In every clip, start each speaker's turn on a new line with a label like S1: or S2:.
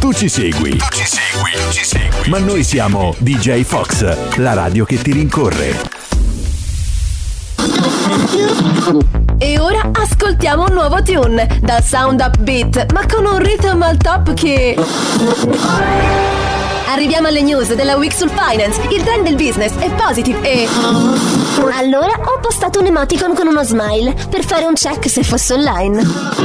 S1: Tu ci segui. Ma noi siamo DJ Fox, la radio che ti rincorre.
S2: E ora ascoltiamo un nuovo tune dal sound upbeat, ma con un rhythm al top che... Arriviamo alle news della week sul finance, il trend del business è positive e...
S3: Allora ho postato un emoticon con uno smile per fare un check se fosse online.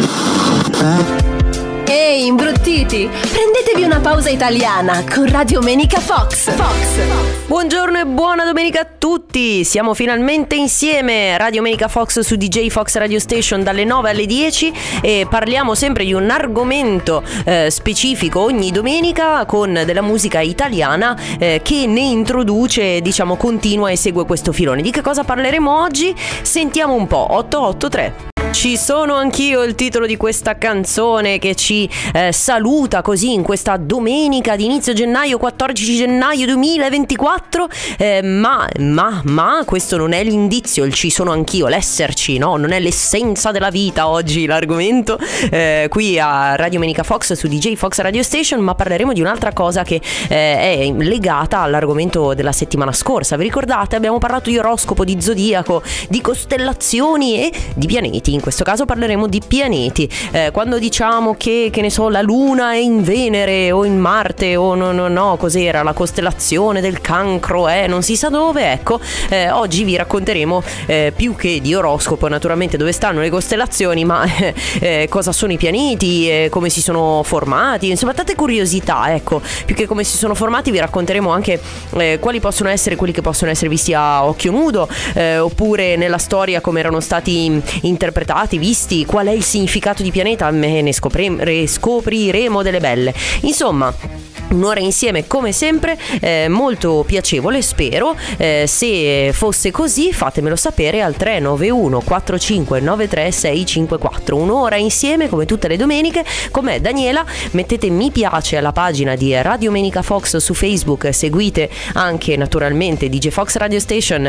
S2: Ehi, imbruttiti, prendetevi una pausa italiana con Radio Menica Fox.
S4: Buongiorno e buona domenica a tutti. Siamo finalmente insieme, Radio Menica Fox su DJ Fox Radio Station dalle 9 alle 10 e parliamo sempre di un argomento specifico ogni domenica con della musica italiana che ne introduce, diciamo, continua e segue questo filone. Di che cosa parleremo oggi? Sentiamo un po'. 883. Ci sono anch'io, il titolo di questa canzone che ci saluta così in questa domenica di inizio gennaio, 14 gennaio 2024, ma questo non è l'indizio, il ci sono anch'io, l'esserci, no? Non è l'essenza della vita oggi l'argomento qui a Radio Menica Fox su DJ Fox Radio Station, ma parleremo di un'altra cosa che è legata all'argomento della settimana scorsa. Vi ricordate? Abbiamo parlato di oroscopo, di zodiaco, di costellazioni e di pianeti. In questo caso parleremo di pianeti. Quando diciamo che ne so, la Luna è in Venere o in Marte o no, cos'era la costellazione del Cancro, non si sa dove, ecco, oggi vi racconteremo più che di oroscopo naturalmente dove stanno le costellazioni, ma cosa sono i pianeti, come si sono formati, insomma tante curiosità, ecco. Più che come si sono formati vi racconteremo anche quali possono essere quelli che possono essere visti a occhio nudo, oppure nella storia come erano stati interpretati, visti, qual è il significato di pianeta, ne scopriremo delle belle. Insomma, un'ora insieme come sempre, molto piacevole, spero. Se fosse così fatemelo sapere al 391 4593 654. Un'ora insieme come tutte le domeniche con me Daniela. Mettete mi piace alla pagina di Radio Menica Fox su Facebook, seguite anche naturalmente DJ Fox Radio Station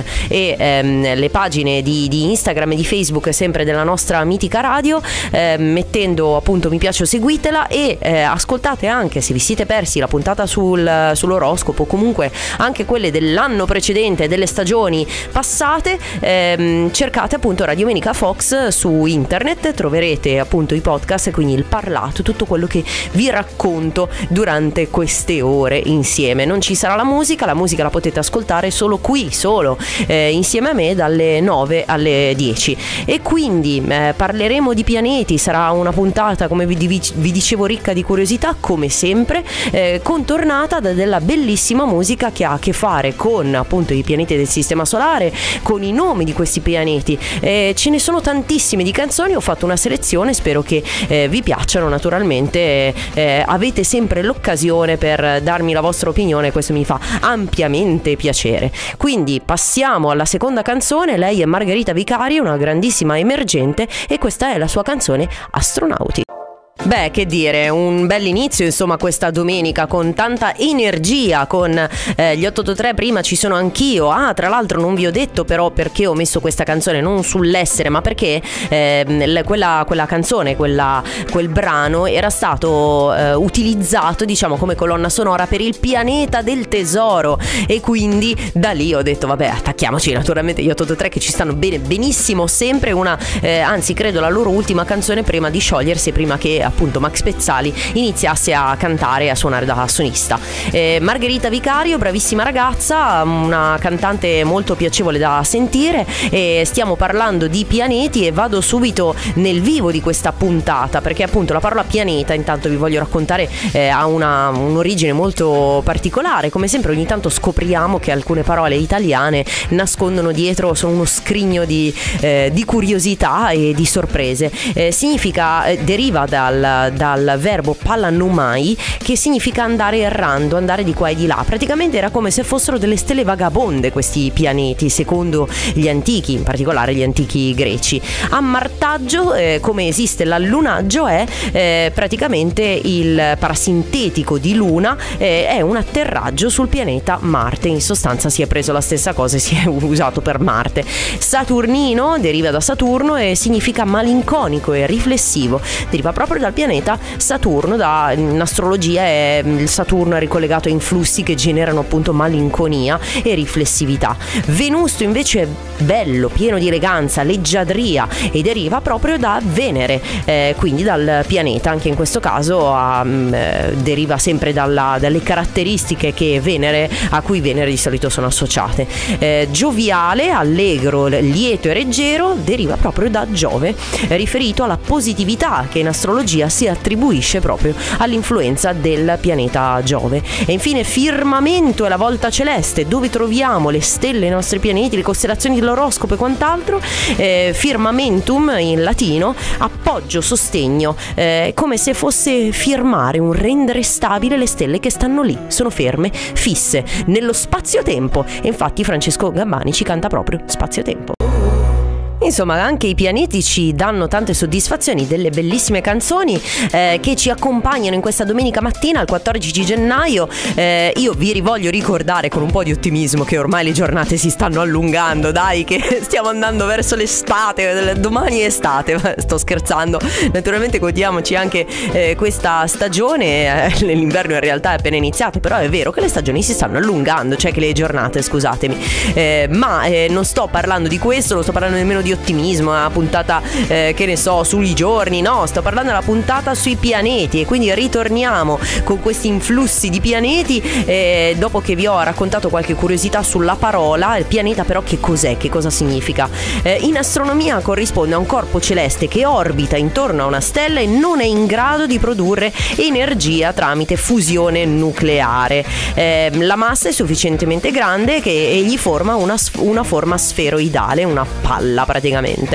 S4: e le pagine di Instagram e di Facebook sempre della nostra mitica radio, mettendo appunto mi piace o seguitela, e ascoltate anche, se vi siete persi la puntata sull'oroscopo, comunque anche quelle dell'anno precedente, delle stagioni passate, cercate appunto Radio Menica Fox su internet, troverete appunto i podcast, quindi il parlato, tutto quello che vi racconto durante queste ore insieme. Non ci sarà la musica la potete ascoltare solo qui, insieme a me dalle 9 alle 10, e quindi parleremo di pianeti. Sarà una puntata, come vi dicevo, ricca di curiosità come sempre, contornata da della bellissima musica che ha a che fare con appunto i pianeti del sistema solare, con i nomi di questi pianeti. Ce ne sono tantissime di canzoni, ho fatto una selezione, spero che vi piacciono naturalmente. Avete sempre l'occasione per darmi la vostra opinione, questo mi fa ampiamente piacere. Quindi passiamo alla seconda canzone. Lei è Margherita Vicario, una grandissima emergente, e questa è la sua canzone Astronauti. Beh, che dire, un bell'inizio insomma questa domenica con tanta energia, con gli 883 prima ci sono anch'io. Tra l'altro non vi ho detto però perché ho messo questa canzone, non sull'essere, ma perché quella canzone, quel brano era stato utilizzato, diciamo, come colonna sonora per il pianeta del tesoro, e quindi da lì ho detto vabbè, attacchiamoci naturalmente gli 883 che ci stanno benissimo sempre. Anzi credo la loro ultima canzone prima di sciogliersi, prima che appunto Max Pezzali iniziasse a cantare e a suonare da solista. Margherita Vicario, bravissima ragazza, una cantante molto piacevole da sentire, e stiamo parlando di pianeti e vado subito nel vivo di questa puntata, perché appunto la parola pianeta, intanto vi voglio raccontare, ha un'origine molto particolare. Come sempre ogni tanto scopriamo che alcune parole italiane nascondono dietro, sono uno scrigno di curiosità e di sorprese. Deriva dal verbo palanumai, che significa andare errando, andare di qua e di là. Praticamente era come se fossero delle stelle vagabonde questi pianeti, secondo gli antichi, in particolare gli antichi greci. Ammartaggio, come esiste l'allunaggio, è praticamente il parasintetico di luna, è un atterraggio sul pianeta Marte. In sostanza si è preso la stessa cosa e si è usato per Marte. Saturnino deriva da Saturno e significa malinconico e riflessivo, deriva proprio dal pianeta Saturno. In astrologia il Saturno è ricollegato a influssi che generano appunto malinconia e riflessività. Venusto invece è bello, pieno di eleganza, leggiadria, e deriva proprio da Venere, quindi dal pianeta. Anche in questo caso deriva sempre dalle caratteristiche a cui Venere di solito sono associate. Gioviale, allegro, lieto e leggero deriva proprio da Giove, riferito alla positività che in astrologia si attribuisce proprio all'influenza del pianeta Giove. E infine firmamento è la volta celeste, dove troviamo le stelle, i nostri pianeti, le costellazioni dell'oroscopo e quant'altro. Firmamentum in latino, appoggio, sostegno, come se fosse firmare, un rendere stabile le stelle che stanno lì, sono ferme, fisse nello spazio-tempo. E infatti Francesco Gabbani ci canta proprio spazio-tempo. Insomma, anche i pianeti ci danno tante soddisfazioni, delle bellissime canzoni che ci accompagnano in questa domenica mattina, il 14 gennaio. Io vi voglio ricordare con un po' di ottimismo che ormai le giornate si stanno allungando, dai, che stiamo andando verso l'estate, domani è estate, sto scherzando. Naturalmente godiamoci anche questa stagione, l'inverno in realtà è appena iniziato, però è vero che le stagioni si stanno allungando, cioè che le giornate, scusatemi, ma non sto parlando di questo, non sto parlando nemmeno di ottimismo, una puntata che ne so sui giorni, no, sto parlando della puntata sui pianeti. E quindi ritorniamo con questi influssi di pianeti, dopo che vi ho raccontato qualche curiosità sulla parola. Il pianeta però che cos'è, che cosa significa? In astronomia corrisponde a un corpo celeste che orbita intorno a una stella e non è in grado di produrre energia tramite fusione nucleare. La massa è sufficientemente grande che gli forma una forma sferoidale, una palla praticamente.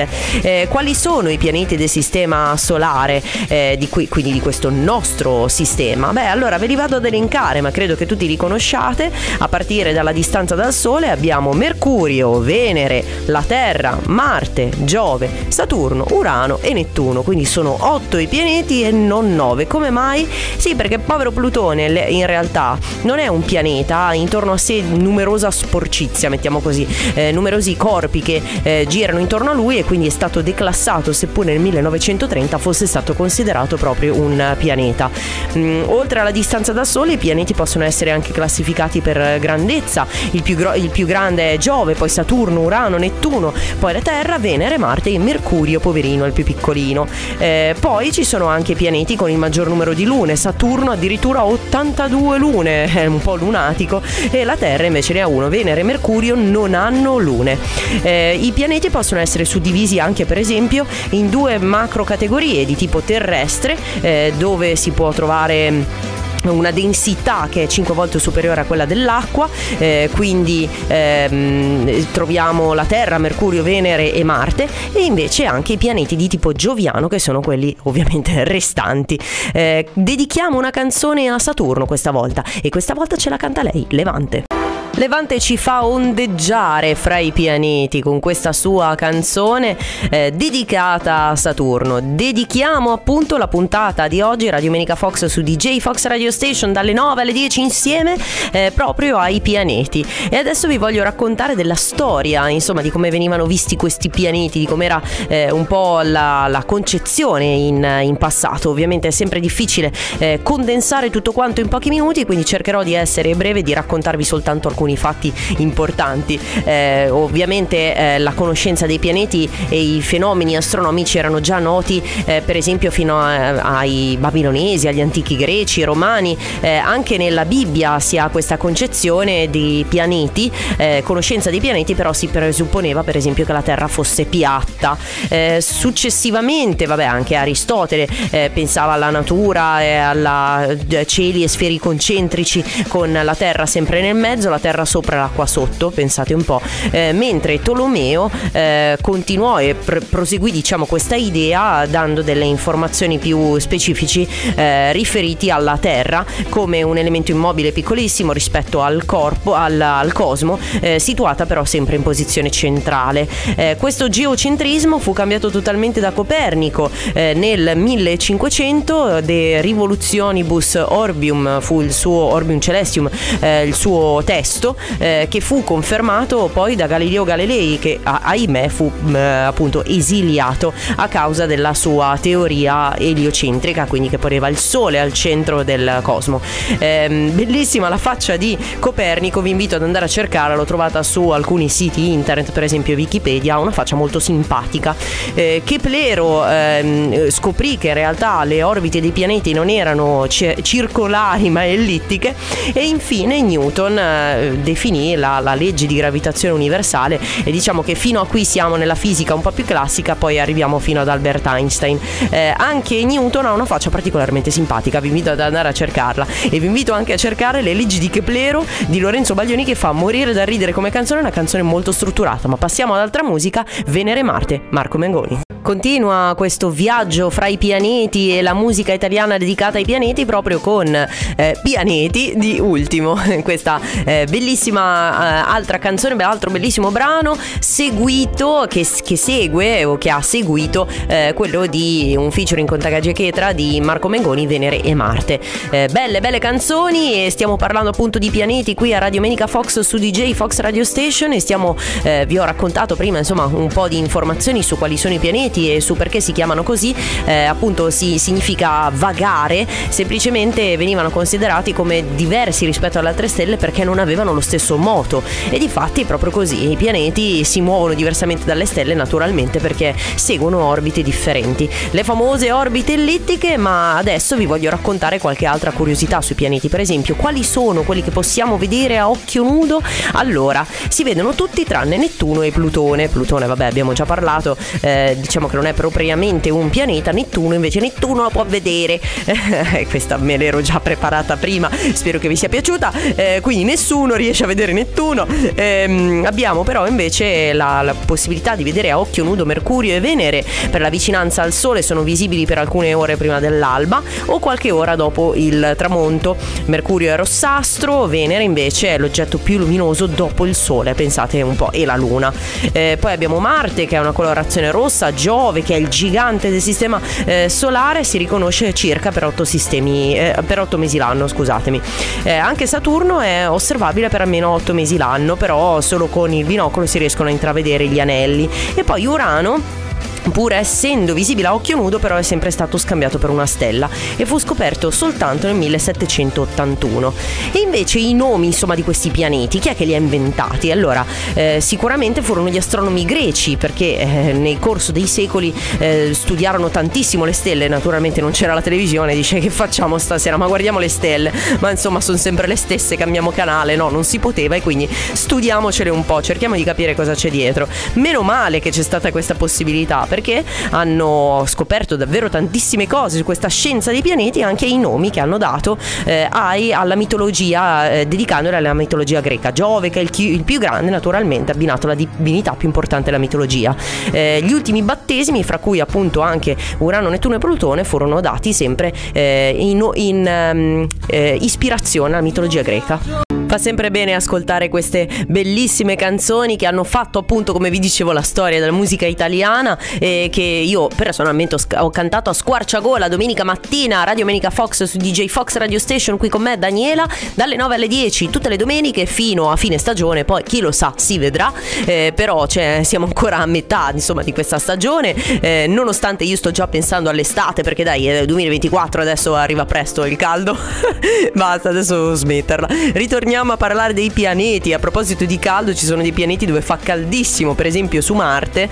S4: Quali sono i pianeti del sistema solare, quindi di questo nostro sistema? Beh, allora ve li vado ad elencare, ma credo che tutti li conosciate. A partire dalla distanza dal Sole abbiamo Mercurio, Venere, la Terra, Marte, Giove, Saturno, Urano e Nettuno. Quindi sono 8 i pianeti e non 9. Come mai? Sì, perché povero Plutone in realtà non è un pianeta, ha intorno a sé numerosa sporcizia, mettiamo così, numerosi corpi che girano intorno a lui, e quindi è stato declassato, seppur nel 1930 fosse stato considerato proprio un pianeta. Oltre alla distanza dal Sole, i pianeti possono essere anche classificati per grandezza. Il più grande è Giove, poi Saturno, Urano, Nettuno, poi la Terra, Venere, Marte e Mercurio, poverino, il più piccolino. Poi ci sono anche pianeti con il maggior numero di lune. Saturno addirittura 82 lune, è un po' lunatico, e la Terra invece ne ha 1. Venere e Mercurio non hanno lune. I pianeti possono essere suddivisi anche per esempio in 2 macro categorie di tipo terrestre, dove si può trovare una densità che è 5 volte superiore a quella dell'acqua, quindi troviamo la Terra, Mercurio, Venere e Marte, e invece anche i pianeti di tipo gioviano, che sono quelli ovviamente restanti. Dedichiamo una canzone a Saturno questa volta, e questa volta ce la canta lei, Levante. Levante ci fa ondeggiare fra i pianeti con questa sua canzone dedicata a Saturno. Dedichiamo appunto la puntata di oggi, Radio Menica Fox su DJ Fox Radio Station, dalle 9 alle 10 insieme, proprio ai pianeti. E adesso vi voglio raccontare della storia, insomma, di come venivano visti questi pianeti, di com'era un po' la concezione in passato. Ovviamente è sempre difficile condensare tutto quanto in pochi minuti, quindi cercherò di essere breve e di raccontarvi soltanto alcuni fatti importanti. Ovviamente la conoscenza dei pianeti e i fenomeni astronomici erano già noti per esempio fino ai babilonesi, agli antichi greci, romani. Anche nella Bibbia si ha questa concezione di pianeti, conoscenza dei pianeti, però si presupponeva per esempio che la Terra fosse piatta. Successivamente, anche Aristotele pensava alla natura e alla cieli e sferi concentrici con la Terra sempre nel mezzo, la Terra sopra e l'acqua sotto, pensate un po', mentre Tolomeo continuò e proseguì questa idea dando delle informazioni più specifici riferiti alla Terra come un elemento immobile piccolissimo rispetto al corpo, al cosmo, situata però sempre in posizione centrale. Questo geocentrismo fu cambiato totalmente da Copernico nel 1500, De Revolutionibus Orbium fu il suo Orbium Celestium, il suo testo questo che fu confermato poi da Galileo Galilei, che ahimè fu appunto esiliato a causa della sua teoria eliocentrica, quindi che poneva il Sole al centro del cosmo. Bellissima la faccia di Copernico, vi invito ad andare a cercarla, l'ho trovata su alcuni siti internet, per esempio Wikipedia, ha una faccia molto simpatica. Keplero scoprì che in realtà le orbite dei pianeti non erano circolari ma ellittiche, e infine Newton definì la legge di gravitazione universale, e diciamo che fino a qui siamo nella fisica un po' più classica, poi arriviamo fino ad Albert Einstein. Anche Newton ha una faccia particolarmente simpatica, vi invito ad andare a cercarla, e vi invito anche a cercare Le leggi di Keplero di Lorenzo Baglioni, che fa morire da ridere come canzone, una canzone molto strutturata. Ma passiamo ad altra musica, Venere e Marte, Marco Mengoni. Continua questo viaggio fra i pianeti e la musica italiana dedicata ai pianeti, proprio con Pianeti di Ultimo, questa bellissima altra canzone, altro bellissimo brano seguito, che segue o che ha seguito quello di un featuring con Tagage Chetra di Marco Mengoni, Venere e Marte. Belle canzoni, e stiamo parlando appunto di pianeti qui a Radio Menica Fox su DJ Fox Radio Station, e vi ho raccontato prima insomma un po' di informazioni su quali sono i pianeti e su perché si chiamano così. Appunto significa vagare, semplicemente venivano considerati come diversi rispetto alle altre stelle perché non avevano lo stesso moto, e difatti è proprio così, i pianeti si muovono diversamente dalle stelle naturalmente perché seguono orbite differenti, le famose orbite ellittiche. Ma adesso vi voglio raccontare qualche altra curiosità sui pianeti. Per esempio, quali sono quelli che possiamo vedere a occhio nudo? Allora, si vedono tutti tranne Nettuno e Plutone. Plutone vabbè, abbiamo già parlato, diciamo che non è propriamente un pianeta. Nettuno lo può vedere. Questa me l'ero già preparata prima, spero che vi sia piaciuta. Quindi nessuno riesce a vedere Nettuno. Abbiamo però invece la possibilità di vedere a occhio nudo Mercurio e Venere. Per la vicinanza al Sole sono visibili per alcune ore prima dell'alba o qualche ora dopo il tramonto. Mercurio è rossastro, Venere invece è l'oggetto più luminoso dopo il Sole, pensate un po', e la Luna. Poi abbiamo Marte, che ha una colorazione rossa, Giove, che è il gigante del sistema solare, si riconosce circa per 8 mesi l'anno, scusatemi. Anche Saturno è osservabile per almeno 8 mesi l'anno, però solo con il binocolo si riescono a intravedere gli anelli. E poi Urano, pur essendo visibile a occhio nudo, però è sempre stato scambiato per una stella e fu scoperto soltanto nel 1781. E invece i nomi insomma di questi pianeti, chi è che li ha inventati? Allora, sicuramente furono gli astronomi greci, perché nel corso dei secoli studiarono tantissimo le stelle. Naturalmente non c'era la televisione, dice: che facciamo stasera? Ma guardiamo le stelle, ma insomma sono sempre le stesse, cambiamo canale. No, non si poteva, e quindi studiamocele un po', cerchiamo di capire cosa c'è dietro. Meno male che c'è stata questa possibilità, perché hanno scoperto davvero tantissime cose su questa scienza dei pianeti, anche i nomi che hanno dato alla mitologia, dedicandole alla mitologia greca. Giove, che è il più grande, naturalmente abbinato alla divinità più importante della mitologia. Gli ultimi battesimi, fra cui appunto anche Urano, Nettuno e Plutone, furono dati sempre in ispirazione alla mitologia greca. Fa sempre bene ascoltare queste bellissime canzoni che hanno fatto appunto, come vi dicevo, la storia della musica italiana, che io personalmente ho cantato a squarciagola domenica mattina a Radio Menica Fox su DJ Fox Radio Station, qui con me Daniela, dalle 9 alle 10 tutte le domeniche fino a fine stagione. Poi chi lo sa, si vedrà, però siamo ancora a metà insomma di questa stagione, nonostante io sto già pensando all'estate, perché dai, è 2024, adesso arriva presto il caldo. Basta, adesso devo smetterla. Ritorniamo a parlare dei pianeti. A proposito di caldo, ci sono dei pianeti dove fa caldissimo, per esempio su Marte,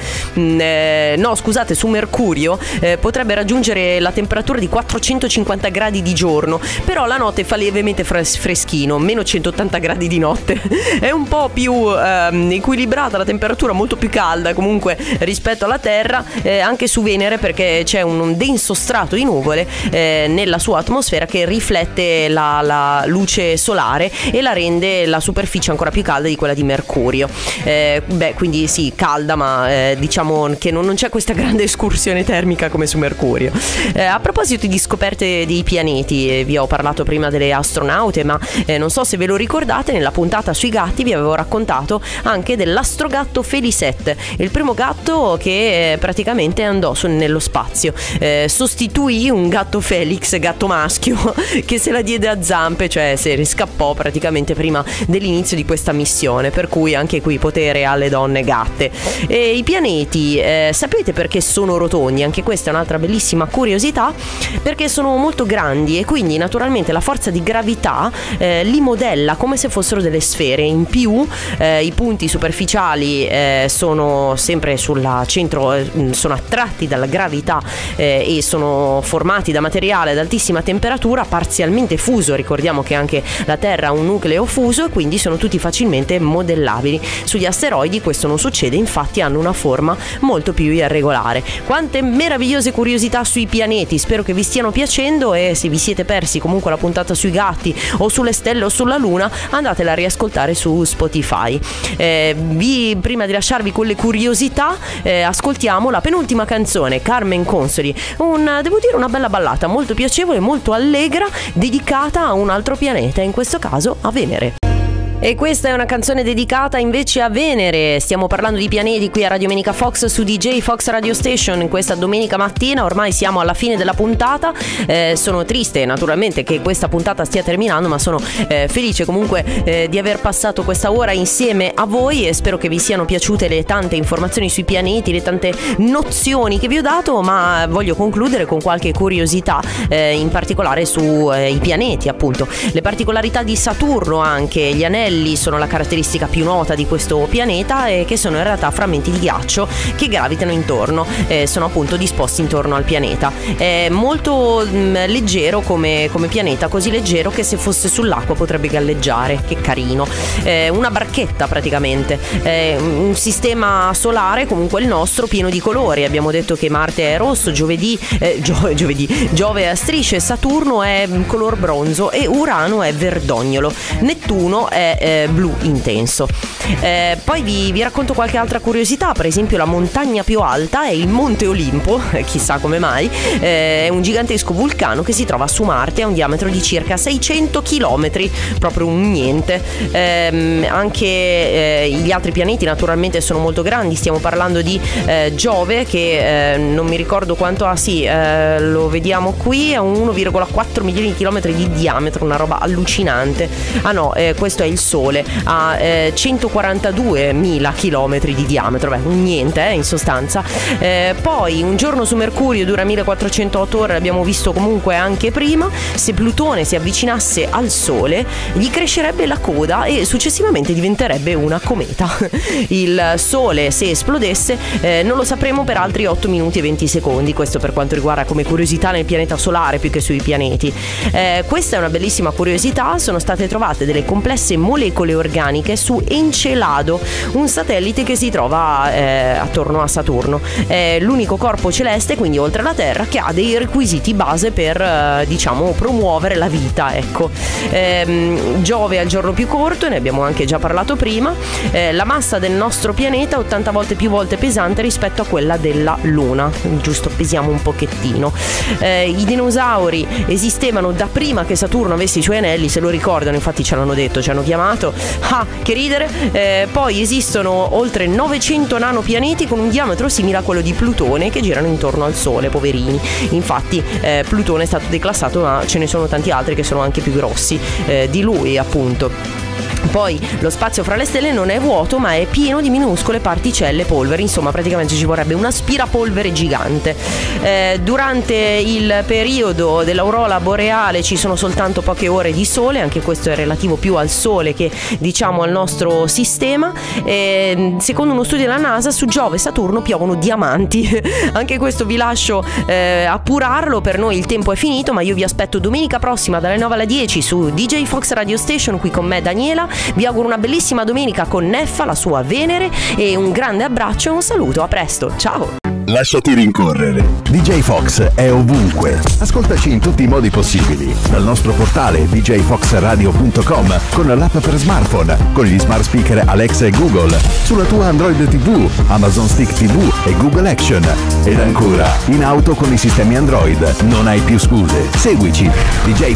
S4: su Mercurio potrebbe raggiungere la temperatura di 450 gradi di giorno, però la notte fa lievemente freschino, meno 180 gradi di notte. È un po' più equilibrata la temperatura, molto più calda comunque rispetto alla Terra. Anche su Venere, perché c'è un denso strato di nuvole nella sua atmosfera che riflette la luce solare e la rende la superficie ancora più calda di quella di Mercurio. Quindi sì, calda, ma diciamo che non c'è questa grande escursione termica come su Mercurio. A proposito di scoperte dei pianeti, vi ho parlato prima delle astronaute, ma non so se ve lo ricordate, nella puntata sui gatti vi avevo raccontato anche dell'astrogatto Felicette, il primo gatto che praticamente andò nello spazio, sostituì un gatto Felix, gatto maschio, che se la diede a zampe, cioè se ne scappò praticamente immediatamente prima dell'inizio di questa missione, per cui anche qui potere alle donne gatte. E i pianeti, sapete perché sono rotondi? Anche questa è un'altra bellissima curiosità, perché sono molto grandi e quindi naturalmente la forza di gravità li modella come se fossero delle sfere. In più i punti superficiali sono sempre sul centro, sono attratti dalla gravità e sono formati da materiale ad altissima temperatura, parzialmente fuso. Ricordiamo che anche la Terra ha un nucleo fuso e quindi sono tutti facilmente modellabili. Sugli asteroidi questo non succede, infatti hanno una forma molto più irregolare. Quante meravigliose curiosità sui pianeti, spero che vi stiano piacendo, e se vi siete persi comunque la puntata sui gatti o sulle stelle o sulla luna, andatela a riascoltare su Spotify. Prima di lasciarvi con le curiosità, ascoltiamo la penultima canzone, Carmen Consoli, devo dire una bella ballata molto piacevole, molto allegra, dedicata a un altro pianeta, in questo caso a Venere. E questa è una canzone dedicata invece a Venere. Stiamo parlando di pianeti qui a Radio Menica Fox su DJ Fox Radio Station in questa domenica mattina. Ormai siamo alla fine della puntata. Sono triste naturalmente che questa puntata stia terminando, ma sono felice comunque di aver passato questa ora insieme a voi, e spero che vi siano piaciute le tante informazioni sui pianeti, le tante nozioni che vi ho dato, ma voglio concludere con qualche curiosità, in particolare sui pianeti, appunto. Le particolarità di Saturno, anche gli anelli sono la caratteristica più nota di questo pianeta, e che sono in realtà frammenti di ghiaccio che gravitano intorno, sono appunto disposti intorno al pianeta. È molto leggero come pianeta, così leggero che se fosse sull'acqua potrebbe galleggiare. Che carino, una barchetta praticamente. Un sistema solare, comunque il nostro, pieno di colori. Abbiamo detto che Marte è rosso, Giove è a strisce, Saturno è color bronzo e Urano è verdognolo, Nettuno è blu intenso. Poi vi racconto qualche altra curiosità. Per esempio la montagna più alta è il Monte Olimpo, chissà come mai. È un gigantesco vulcano che si trova su Marte, ha un diametro di circa 600 km, proprio un niente. Anche gli altri pianeti naturalmente sono molto grandi. Stiamo parlando di Giove, che non mi ricordo quanto ha, lo vediamo qui, ha 1,4 milioni di chilometri di diametro, una roba allucinante. Questo è il Sole, ha 142.000 chilometri di diametro, un niente in sostanza. Poi un giorno su Mercurio dura 1408 ore, l'abbiamo visto comunque anche prima. Se Plutone si avvicinasse al Sole gli crescerebbe la coda e successivamente diventerebbe una cometa. Il Sole, se esplodesse, non lo sapremo per altri 8 minuti e 20 secondi. Questo per quanto riguarda come curiosità nel pianeta solare più che sui pianeti. Questa è una bellissima curiosità. Sono state trovate delle complesse molecole organiche su Encelado, un satellite che si trova attorno a Saturno. È l'unico corpo celeste, quindi oltre alla Terra, che ha dei requisiti base per promuovere la vita, ecco. Giove ha il giorno più corto, e ne abbiamo anche già parlato prima. La massa del nostro pianeta 80 volte più pesante rispetto a quella della Luna, giusto, pesiamo un pochettino. I dinosauri esistevano da prima che Saturno avesse i suoi anelli, se lo ricordano, infatti ce l'hanno detto, ci hanno chiamato. Che ridere. Poi esistono oltre 900 nanopianeti con un diametro simile a quello di Plutone, che girano intorno al Sole, poverini. Infatti Plutone è stato declassato, ma ce ne sono tanti altri che sono anche più grossi di lui, appunto. Poi lo spazio fra le stelle non è vuoto, ma è pieno di minuscole particelle polveri. Insomma, praticamente ci vorrebbe un aspirapolvere gigante. Durante il periodo dell'aurora boreale ci sono soltanto poche ore di sole, anche questo è relativo più al sole che al nostro sistema. Secondo uno studio della NASA, su Giove e Saturno piovono diamanti. Anche questo vi lascio appurarlo. Per noi il tempo è finito, ma io vi aspetto domenica prossima dalle 9 alle 10 su DJ Fox Radio Station, qui con me Daniela. Vi auguro una bellissima domenica con Neffa, la sua Venere, e un grande abbraccio e un saluto. A presto, ciao!
S1: Lasciati rincorrere. DJ Fox è ovunque. Ascoltaci in tutti i modi possibili. Dal nostro portale djfoxradio.com, con l'app per smartphone, con gli smart speaker Alexa e Google, sulla tua Android TV, Amazon Stick TV e Google Action. Ed ancora, in auto con i sistemi Android. Non hai più scuse. Seguici. DJ